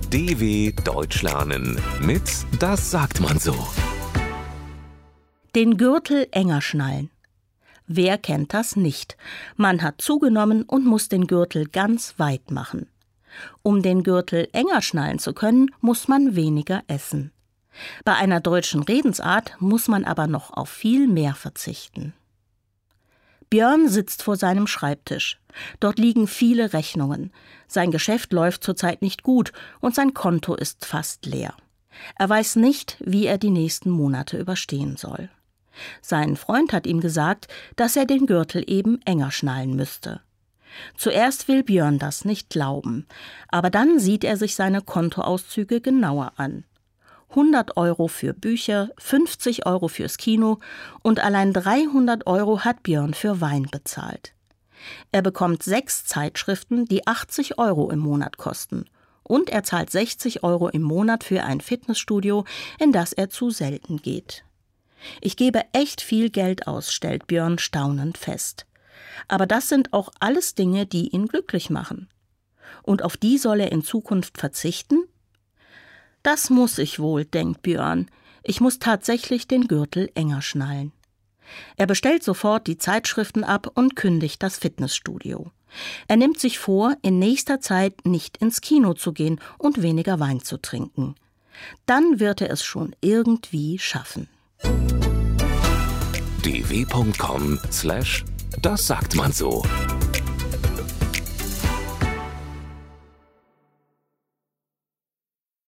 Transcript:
DW Deutsch lernen mit Das sagt man so. Den Gürtel enger schnallen. Wer kennt das nicht? Man hat zugenommen und muss den Gürtel ganz weit machen. Um den Gürtel enger schnallen zu können, muss man weniger essen. Bei einer deutschen Redensart muss man aber noch auf viel mehr verzichten. Björn sitzt vor seinem Schreibtisch. Dort liegen viele Rechnungen. Sein Geschäft läuft zurzeit nicht gut und sein Konto ist fast leer. Er weiß nicht, wie er die nächsten Monate überstehen soll. Sein Freund hat ihm gesagt, dass er den Gürtel eben enger schnallen müsste. Zuerst will Björn das nicht glauben, aber dann sieht er sich seine Kontoauszüge genauer an. 100 € für Bücher, 50 € fürs Kino und allein 300 € hat Björn für Wein bezahlt. Er bekommt 6 Zeitschriften, die 80 € im Monat kosten. Und er zahlt 60 € im Monat für ein Fitnessstudio, in das er zu selten geht. Ich gebe echt viel Geld aus, stellt Björn staunend fest. Aber das sind auch alles Dinge, die ihn glücklich machen. Und auf die soll er in Zukunft verzichten? Das muss ich wohl, denkt Björn. Ich muss tatsächlich den Gürtel enger schnallen. Er bestellt sofort die Zeitschriften ab und kündigt das Fitnessstudio. Er nimmt sich vor, in nächster Zeit nicht ins Kino zu gehen und weniger Wein zu trinken. Dann wird er es schon irgendwie schaffen. dw.com/das sagt man so